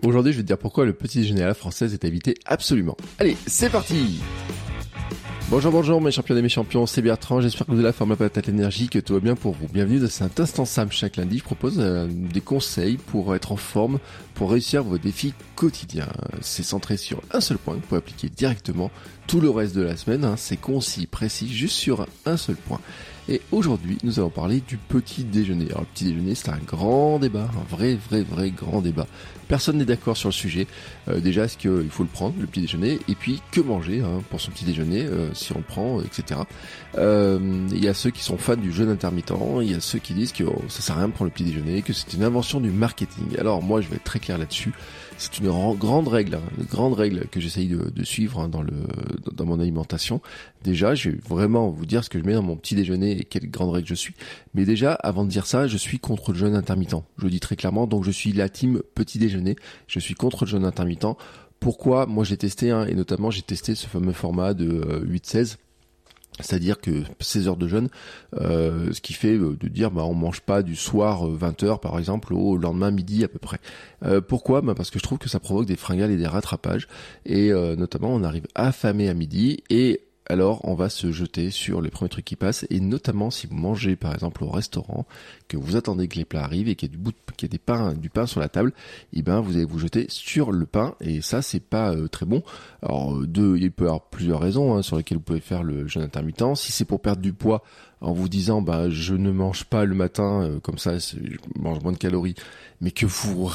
Aujourd'hui, je vais te dire pourquoi le petit déjeuner à la française est à éviter absolument. Allez, c'est parti! Bonjour mes champions et mes champions, c'est Bertrand, j'espère que vous avez la forme, la patate, l'énergie, que tout va bien pour vous. Bienvenue dans cet instant Sam. Chaque lundi, je propose des conseils pour être en forme, pour réussir vos défis quotidiens. C'est centré sur un seul point, vous pouvez appliquer directement tout le reste de la semaine, c'est concis, précis, juste sur un seul point. Et aujourd'hui, nous allons parler du petit déjeuner. Alors le petit déjeuner, c'est un grand débat, un vrai grand débat. Personne n'est d'accord sur le sujet. Déjà, est-ce qu'il faut le prendre, le petit déjeuner, et puis que manger pour son petit déjeuner, si on le prend, etc. Il y a ceux qui sont fans du jeûne intermittent, il y a ceux qui disent que ça sert à rien de prendre le petit déjeuner, que c'est une invention du marketing. Alors moi, je vais être très clair là-dessus. C'est une grande règle que j'essaye de suivre dans mon alimentation. Déjà, je vais vraiment vous dire ce que je mets dans mon petit déjeuner et quelle grande règle je suis. Mais déjà, avant de dire ça, je suis contre le jeûne intermittent. Je le dis très clairement, donc je suis la team petit déjeuner. Je suis contre le jeûne intermittent. Pourquoi ? Moi, j'ai testé, et notamment j'ai testé ce fameux format de 8-16. C'est-à-dire que 16 heures de jeûne, ce qui fait de dire on mange pas du soir 20h par exemple au lendemain midi à peu près. Pourquoi ? Parce que je trouve que ça provoque des fringales et des rattrapages et notamment on arrive affamé à midi et alors on va se jeter sur les premiers trucs qui passent et notamment si vous mangez par exemple au restaurant, que vous attendez que les plats arrivent et qu'il y a du pain sur la table, vous allez vous jeter sur le pain et ça c'est pas très bon. Alors il peut y avoir plusieurs raisons sur lesquelles vous pouvez faire le jeûne intermittent. Si c'est pour perdre du poids en vous disant je ne mange pas le matin comme ça je mange moins de calories, mais que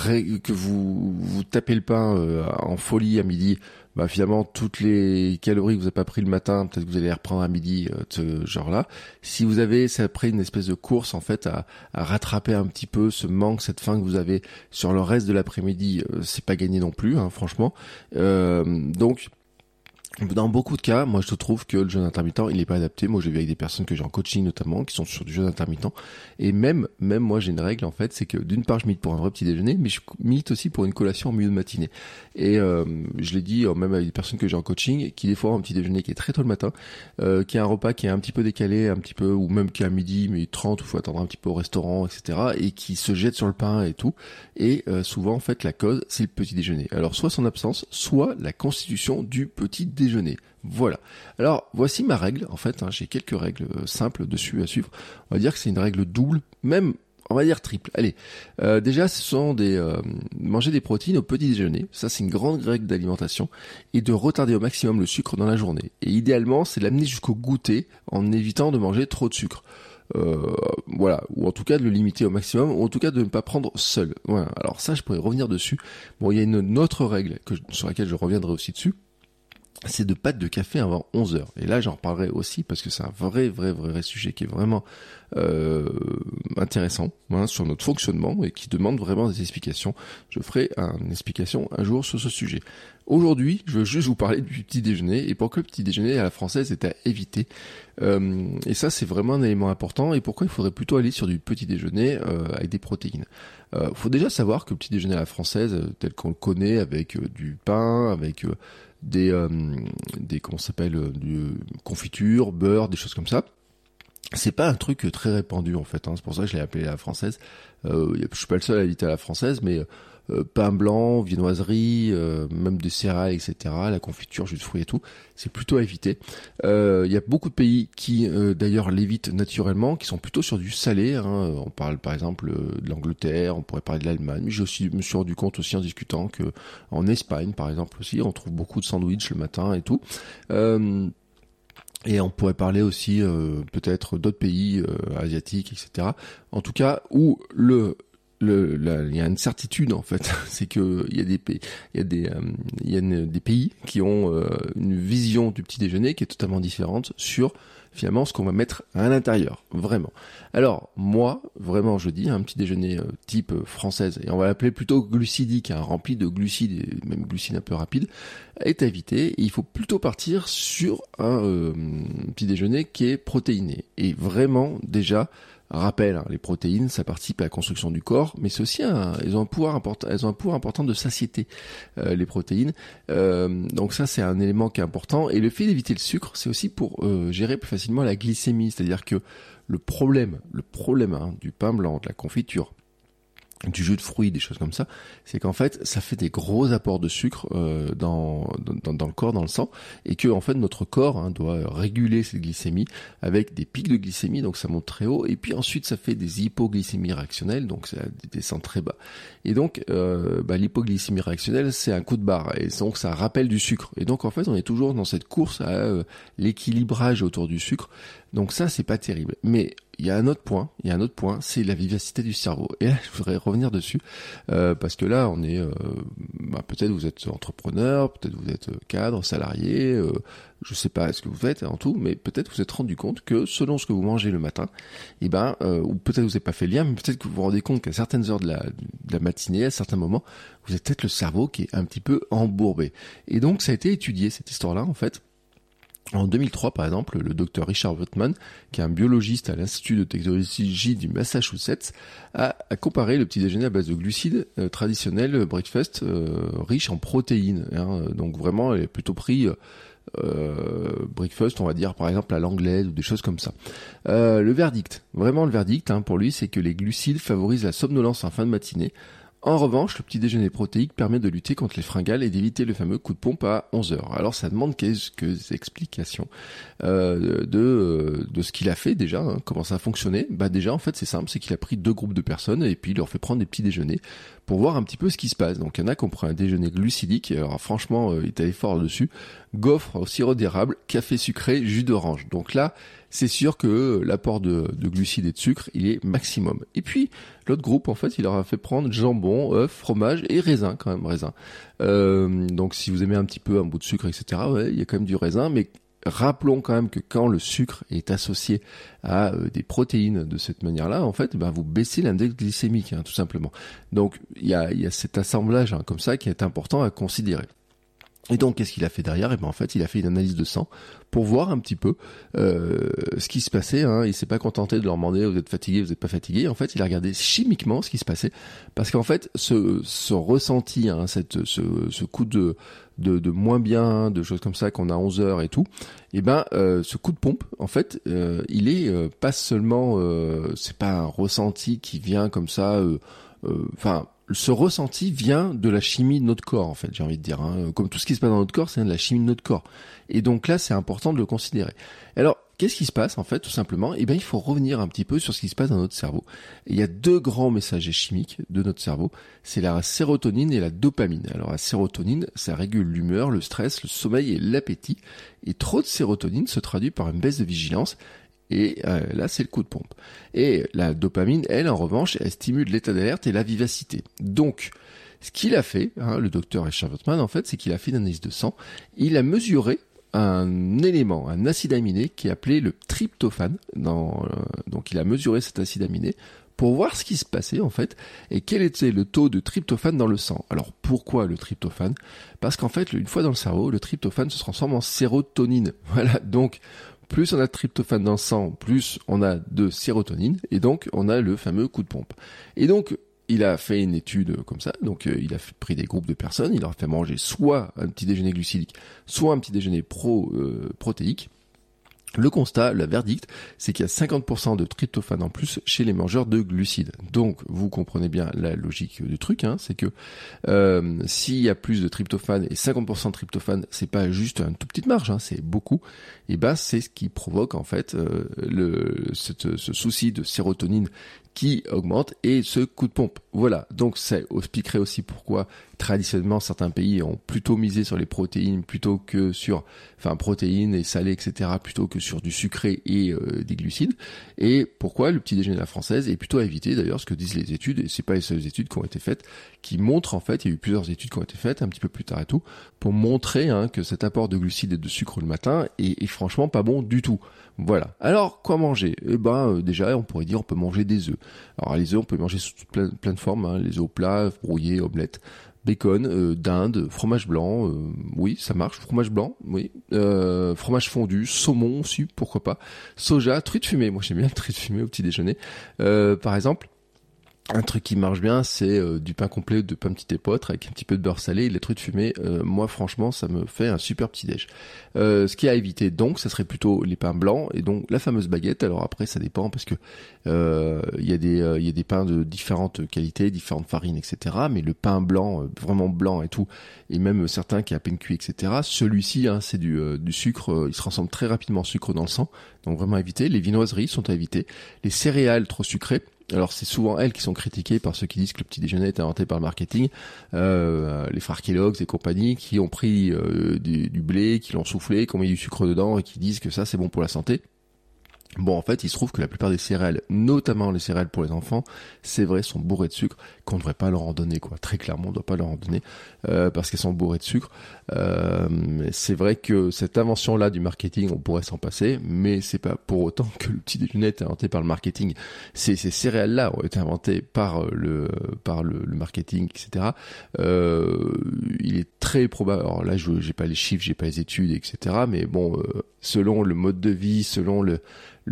vous tapez le pain en folie à midi, finalement toutes les calories que vous n'avez pas pris le matin, peut-être que vous allez les reprendre à midi de ce genre-là. Si vous avez, c'est après une espèce de course en fait à rattraper un petit peu ce manque, cette faim que vous avez sur le reste de l'après-midi, c'est pas gagné non plus, franchement. Donc dans beaucoup de cas, moi je trouve que le jeûne intermittent, il est pas adapté. Moi j'ai vu avec des personnes que j'ai en coaching notamment, qui sont sur du jeûne intermittent. Et même moi j'ai une règle en fait, c'est que d'une part je milite pour un vrai petit déjeuner, mais je milite aussi pour une collation en milieu de matinée. Et je l'ai dit même avec des personnes que j'ai en coaching, qui des fois ont un petit déjeuner qui est très tôt le matin, qui a un repas qui est un petit peu décalé, un petit peu, ou même qui est à midi, mais 30, où il faut attendre un petit peu au restaurant, etc. Et qui se jette sur le pain et tout. Et souvent en fait la cause, c'est le petit déjeuner. Alors soit son absence, soit la constitution du petit déjeuner. Voilà. Alors, voici ma règle. En fait, j'ai quelques règles simples dessus à suivre. On va dire que c'est une règle double, même, on va dire triple. Allez. Déjà, ce sont manger des protéines au petit déjeuner. Ça, c'est une grande règle d'alimentation. Et de retarder au maximum le sucre dans la journée. Et idéalement, c'est l'amener jusqu'au goûter en évitant de manger trop de sucre. Voilà, ou en tout cas de le limiter au maximum, ou en tout cas de ne pas prendre seul. Voilà. Alors ça, je pourrais revenir dessus. Bon, il y a une autre règle sur laquelle je reviendrai aussi dessus. C'est de pas de café avant 11h. Et là, j'en reparlerai aussi parce que c'est un vrai sujet qui est vraiment intéressant sur notre fonctionnement et qui demande vraiment des explications. Je ferai une explication un jour sur ce sujet. Aujourd'hui, je veux juste vous parler du petit déjeuner et pourquoi le petit déjeuner à la française est à éviter. Et ça, c'est vraiment un élément important et pourquoi il faudrait plutôt aller sur du petit déjeuner avec des protéines. Faut déjà savoir que le petit déjeuner à la française, tel qu'on le connaît, avec du pain, avec des confiture, beurre, des choses comme ça. C'est pas un truc très répandu en fait, c'est pour ça que je l'ai appelé à la française. Je suis pas le seul à l'éviter à la française, mais pain blanc, viennoiserie, même des céréales, etc. La confiture, jus de fruits et tout, c'est plutôt à éviter. Il y a beaucoup de pays qui d'ailleurs l'évitent naturellement, qui sont plutôt sur du salé. On parle par exemple de l'Angleterre, on pourrait parler de l'Allemagne. Mais je me suis rendu compte aussi en discutant que en Espagne, par exemple aussi, on trouve beaucoup de sandwichs le matin et tout. Et on pourrait parler aussi peut-être d'autres pays asiatiques, etc. En tout cas, où il y a une certitude en fait, c'est que il y a des pays, des pays qui ont une vision du petit déjeuner qui est totalement différente sur finalement ce qu'on va mettre à l'intérieur, vraiment. Alors moi, vraiment, je dis un petit déjeuner type française, et on va l'appeler plutôt glucidique, rempli de glucides et même glucides un peu rapides, est à éviter. Et il faut plutôt partir sur un petit déjeuner qui est protéiné. Et vraiment, déjà, rappel, les protéines, ça participe à la construction du corps, mais c'est aussi elles ont un pouvoir important de satiété, les protéines. Donc ça, c'est un élément qui est important. Et le fait d'éviter le sucre, c'est aussi pour gérer plus facilement la glycémie. C'est-à-dire que le problème du pain blanc, de la confiture, du jus de fruits, des choses comme ça, c'est qu'en fait, ça fait des gros apports de sucre dans le corps, dans le sang, et que en fait notre corps doit réguler cette glycémie avec des pics de glycémie, donc ça monte très haut, et puis ensuite ça fait des hypoglycémies réactionnelles, donc ça descend très bas. Et donc l'hypoglycémie réactionnelle, c'est un coup de barre, et donc ça rappelle du sucre. Et donc en fait, on est toujours dans cette course à l'équilibrage autour du sucre. Donc ça, c'est pas terrible. Mais il y a un autre point, c'est la vivacité du cerveau. Et là, je voudrais revenir dessus, parce que là, on est, peut-être vous êtes entrepreneur, peut-être vous êtes cadre, salarié, je sais pas ce que vous faites en tout, mais peut-être vous êtes rendu compte que selon ce que vous mangez le matin, ou peut-être vous n'avez pas fait le lien, mais peut-être que vous vous rendez compte qu'à certaines heures de la matinée, à certains moments, vous avez peut-être le cerveau qui est un petit peu embourbé. Et donc, ça a été étudié, cette histoire-là, en fait. En 2003, par exemple, le docteur Richard Wurtman, qui est un biologiste à l'Institut de technologie du Massachusetts, a comparé le petit déjeuner à base de glucides traditionnel breakfast riche en protéines. Donc vraiment, elle est plutôt pris breakfast, on va dire par exemple à l'anglaise ou des choses comme ça. Le verdict pour lui, c'est que les glucides favorisent la somnolence en fin de matinée. En revanche, le petit déjeuner protéique permet de lutter contre les fringales et d'éviter le fameux coup de pompe à 11 heures. Alors ça demande quelques explications de ce qu'il a fait déjà, comment ça a fonctionné. Déjà en fait c'est simple, c'est qu'il a pris 2 groupes de personnes et puis il leur fait prendre des petits déjeuners pour voir un petit peu ce qui se passe. Donc il y en a qui ont pris un déjeuner glucidique, alors franchement il est allé fort dessus, gaufre au sirop d'érable, café sucré, jus d'orange. Donc là, c'est sûr que l'apport de glucides et de sucre, il est maximum. Et puis, l'autre groupe, en fait, il leur a fait prendre jambon, œuf, fromage et raisin, quand même, raisin. Donc, si vous aimez un petit peu un bout de sucre, etc., ouais, il y a quand même du raisin, mais rappelons quand même que quand le sucre est associé à des protéines de cette manière-là, en fait, vous baissez l'index glycémique, tout simplement. Donc, il y a cet assemblage comme ça qui est important à considérer. Et donc, qu'est-ce qu'il a fait derrière ? En fait, il a fait une analyse de sang pour voir un petit peu ce qui se passait. Il s'est pas contenté de leur demander vous êtes fatigué, vous êtes pas fatigué. En fait, il a regardé chimiquement ce qui se passait, parce qu'en fait, ce ressenti, ce coup de moins bien, de choses comme ça qu'on a 11 heures et tout, ce coup de pompe, en fait, il est pas seulement, c'est pas un ressenti qui vient comme ça, ce ressenti vient de la chimie de notre corps, en fait, j'ai envie de dire. Comme tout ce qui se passe dans notre corps, c'est de la chimie de notre corps. Et donc là, c'est important de le considérer. Alors, qu'est-ce qui se passe, en fait, tout simplement ? Il faut revenir un petit peu sur ce qui se passe dans notre cerveau. Et il y a 2 grands messagers chimiques de notre cerveau. C'est la sérotonine et la dopamine. Alors, la sérotonine, ça régule l'humeur, le stress, le sommeil et l'appétit. Et trop de sérotonine se traduit par une baisse de vigilance. Et là, c'est le coup de pompe. Et la dopamine, elle, en revanche, elle stimule l'état d'alerte et la vivacité. Donc, ce qu'il a fait, le docteur Richard Wurtman, en fait, c'est qu'il a fait une analyse de sang. Il a mesuré un élément, un acide aminé qui est appelé le tryptophane. Donc, il a mesuré cet acide aminé pour voir ce qui se passait, en fait, et quel était le taux de tryptophane dans le sang. Alors, pourquoi le tryptophane ? Parce qu'en fait, une fois dans le cerveau, le tryptophane se transforme en sérotonine. Voilà, donc plus on a de tryptophane dans le sang, plus on a de sérotonine, et donc on a le fameux coup de pompe. Et donc, il a fait une étude comme ça, donc il a pris des groupes de personnes, il leur a fait manger soit un petit déjeuner glucidique, soit un petit déjeuner protéique. Le constat, le verdict, c'est qu'il y a 50% de tryptophane en plus chez les mangeurs de glucides. Donc, vous comprenez bien la logique du truc, c'est que s'il y a plus de tryptophane, et 50% de tryptophane, c'est pas juste une toute petite marge, c'est beaucoup, et c'est ce qui provoque en fait ce souci de sérotonine qui augmente et ce coup de pompe. Voilà, donc ça expliquerait aussi pourquoi traditionnellement certains pays ont plutôt misé sur les protéines plutôt que sur, protéines et salés, etc., plutôt que sur du sucré et des glucides, et pourquoi le petit déjeuner de la française est plutôt à éviter, d'ailleurs ce que disent les études, et c'est pas les seules études qui ont été faites, qui montrent en fait, il y a eu plusieurs études qui ont été faites un petit peu plus tard et tout, pour montrer que cet apport de glucides et de sucre le matin est franchement pas bon du tout. Voilà. Alors, quoi manger ? Déjà, on pourrait dire on peut manger des œufs. Alors, les œufs, on peut manger sous plein de formes, les œufs plats, brouillés, omelettes, bacon, dinde, fromage blanc, oui, ça marche, fromage blanc, oui, fromage fondu, saumon aussi, pourquoi pas, soja, truite fumée, moi j'aime bien le truite fumée au petit déjeuner, par exemple. Un truc qui marche bien, c'est du pain complet de pain petit épeautre avec un petit peu de beurre salé et les trucs fumés. Moi, franchement, ça me fait un super petit déj. Ce qui est à éviter, donc, ça serait plutôt les pains blancs et donc la fameuse baguette. Alors après, ça dépend parce que il y a des pains de différentes qualités, différentes farines, etc. Mais le pain blanc, vraiment blanc et tout, et même certains qui est à peine cuit, etc. Celui-ci, c'est du sucre. Il se transforme très rapidement en sucre dans le sang, donc vraiment à éviter. Les viennoiseries sont à éviter. Les céréales trop sucrées. Alors c'est souvent elles qui sont critiquées par ceux qui disent que le petit déjeuner est inventé par le marketing, les frères Kellogg's et compagnie qui ont pris du blé, qui l'ont soufflé, qui ont mis du sucre dedans et qui disent que ça c'est bon pour la santé. Bon, en fait, il se trouve que la plupart des céréales, notamment les céréales pour les enfants, c'est vrai, sont bourrées de sucre, qu'on ne devrait pas leur en donner, quoi. Très clairement, on ne doit pas leur en donner, parce qu'elles sont bourrées de sucre. C'est vrai que cette invention-là du marketing, on pourrait s'en passer, mais c'est pas pour autant que le petit déjeuner est inventé par le marketing. Ces céréales-là ont été inventées par le marketing, etc. Il est très probable, alors là, j'ai pas les chiffres, j'ai pas les études, etc. Mais bon, selon le mode de vie, selon le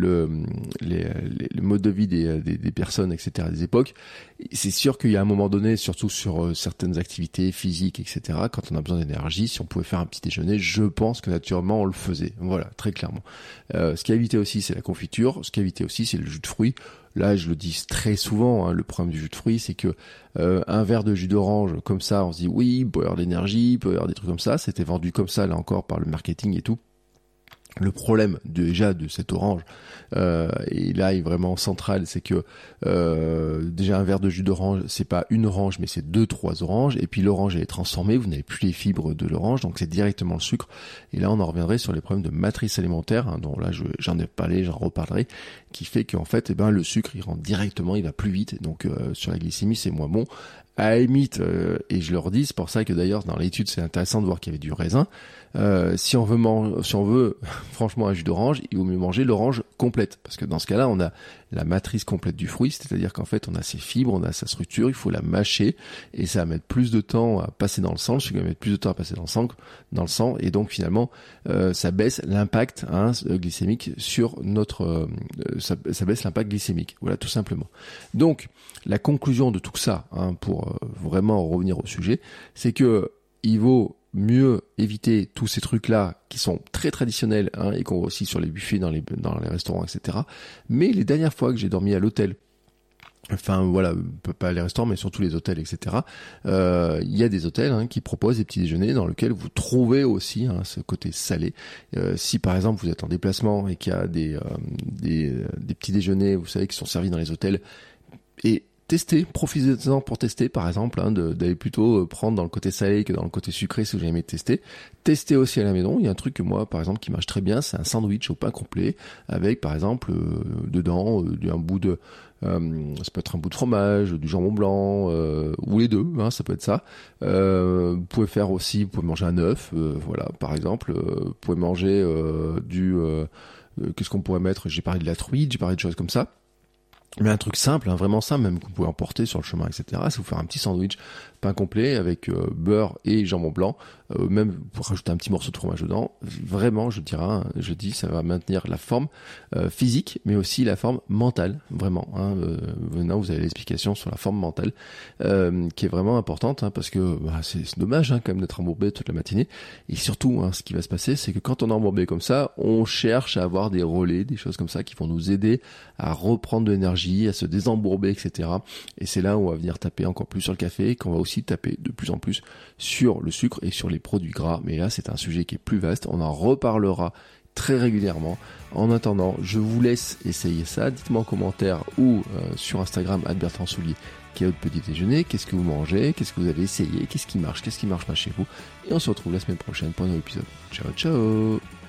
mode de vie des personnes, etc., des époques, c'est sûr qu'il y a un moment donné, surtout sur certaines activités physiques, etc., quand on a besoin d'énergie, si on pouvait faire un petit déjeuner, je pense que naturellement on le faisait. Voilà, très clairement. Ce qui a évité aussi, c'est la confiture. Ce qui a évité aussi, c'est le jus de fruits. Là, je le dis très souvent, le problème du jus de fruits, c'est que un verre de jus d'orange, comme ça, on se dit oui, il peut y avoir de l'énergie, il peut y avoir des trucs comme ça. C'était vendu comme ça, là encore, par le marketing et tout. Le problème déjà de cette orange, et là est vraiment central, c'est que déjà un verre de jus d'orange, c'est pas une orange, mais c'est 2-3 oranges, et puis l'orange elle est transformée, vous n'avez plus les fibres de l'orange, donc c'est directement le sucre. Et là on en reviendrait sur les problèmes de matrice alimentaire, dont là j'en ai parlé, j'en reparlerai, qui fait qu'en fait le sucre il rentre directement, il va plus vite, donc sur la glycémie c'est moins bon. À la limite, et je leur dis, c'est pour ça que d'ailleurs dans l'étude c'est intéressant de voir qu'il y avait du raisin. Si on veut franchement un jus d'orange, il vaut mieux manger l'orange complète, parce que dans ce cas-là on a la matrice complète du fruit, c'est-à-dire qu'en fait on a ses fibres, on a sa structure, il faut la mâcher et ça va mettre plus de temps à passer dans le sang, le sucre va mettre plus de temps à passer dans le sang, et donc finalement ça baisse l'impact glycémique sur notre, ça baisse l'impact glycémique, voilà tout simplement. Donc la conclusion de tout ça, pour vraiment revenir au sujet, c'est que il vaut mieux éviter tous ces trucs-là qui sont très traditionnels et qu'on voit aussi sur les buffets dans les restaurants, etc. Mais les dernières fois que j'ai dormi à l'hôtel, enfin voilà, pas les restaurants mais surtout les hôtels, etc. Il y a des hôtels qui proposent des petits déjeuners dans lesquels vous trouvez aussi ce côté salé. Si par exemple vous êtes en déplacement et qu'il y a des petits déjeuners, vous savez, qui sont servis dans les hôtels, et testez, profitez-en pour tester par exemple, d'aller plutôt prendre dans le côté salé que dans le côté sucré si vous avez jamais testé. Testez aussi à la maison. Il y a un truc que moi par exemple qui marche très bien, c'est un sandwich au pain complet avec par exemple dedans un bout de ça peut être un bout de fromage, du jambon blanc ou les deux, ça peut être ça. Vous pouvez faire aussi, vous pouvez manger un œuf, voilà par exemple. Vous pouvez manger qu'est-ce qu'on pourrait mettre, j'ai parlé de la truite, j'ai parlé de choses comme ça. Mais un truc simple, vraiment simple, même que vous pouvez emporter sur le chemin, etc. C'est vous faire un petit sandwich pain complet avec beurre et jambon blanc, même pour rajouter un petit morceau de fromage dedans. Vraiment, je dis, ça va maintenir la forme physique, mais aussi la forme mentale, vraiment. Maintenant, vous avez l'explication sur la forme mentale, qui est vraiment importante, parce que c'est dommage quand même d'être embourbé toute la matinée. Et surtout, ce qui va se passer, c'est que quand on est embourbé comme ça, on cherche à avoir des relais, des choses comme ça qui vont nous aider à reprendre de l'énergie, à se désembourber, etc. Et c'est là où on va venir taper encore plus sur le café, qu'on va aussi taper de plus en plus sur le sucre et sur les produits gras. Mais là, c'est un sujet qui est plus vaste. On en reparlera très régulièrement. En attendant, je vous laisse essayer ça. Dites-moi en commentaire ou sur Instagram @BertrandSoulier qui est votre petit déjeuner. Qu'est-ce que vous mangez? Qu'est-ce que vous avez essayé? Qu'est-ce qui marche pas chez vous? Et on se retrouve la semaine prochaine pour un nouvel épisode. Ciao, ciao!